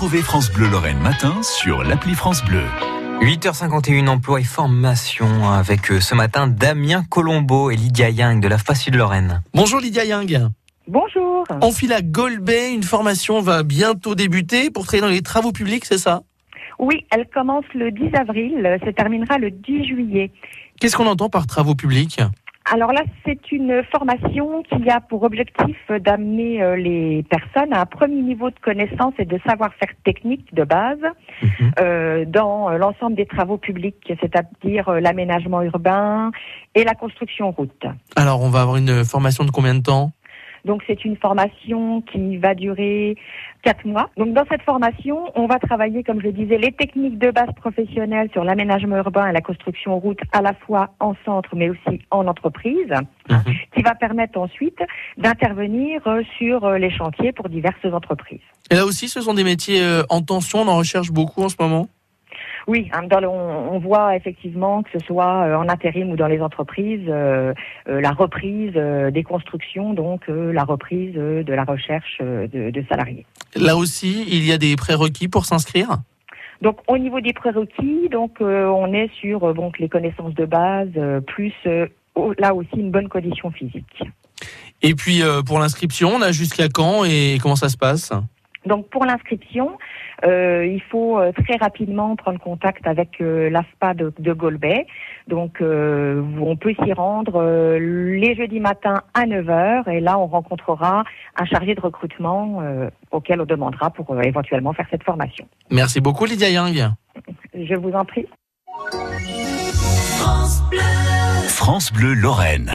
Retrouvez France Bleu Lorraine matin sur l'appli France Bleu. 8h51, emploi et formation avec ce matin Damien Colombo et Lydia Yang de la FASU de Lorraine. Bonjour Lydia Yang. Bonjour. On file à Golbet, une formation va bientôt débuter pour travailler dans les travaux publics, c'est ça? Oui, elle commence le 10 avril, se terminera le 10 juillet. Qu'est-ce qu'on entend par travaux publics? Alors là, c'est une formation qui a pour objectif d'amener les personnes à un premier niveau de connaissance et de savoir-faire technique de base dans l'ensemble des travaux publics, c'est-à-dire l'aménagement urbain et la construction route. Alors, on va avoir une formation de combien de temps? Donc c'est une formation qui va durer 4 mois. Donc dans cette formation, on va travailler, comme je le disais, les techniques de base professionnelles sur l'aménagement urbain et la construction route, à la fois en centre mais aussi en entreprise, qui va permettre ensuite d'intervenir sur les chantiers pour diverses entreprises. Et là aussi, ce sont des métiers en tension, on en recherche beaucoup en ce moment? Oui, on voit effectivement que ce soit en intérim ou dans les entreprises, la reprise des constructions, donc la reprise de la recherche de salariés. Là aussi, il y a des prérequis pour s'inscrire? Donc au niveau des prérequis, donc on est sur donc les connaissances de base, plus là aussi une bonne condition physique. Et puis pour l'inscription, on a jusqu'à quand et comment ça se passe? Donc pour l'inscription, il faut très rapidement prendre contact avec l'AFPA de Golbet. Donc on peut s'y rendre les jeudis matins à 9h et là on rencontrera un chargé de recrutement auquel on demandera pour éventuellement faire cette formation. Merci beaucoup Lydia Yang. Je vous en prie. France Bleu Lorraine.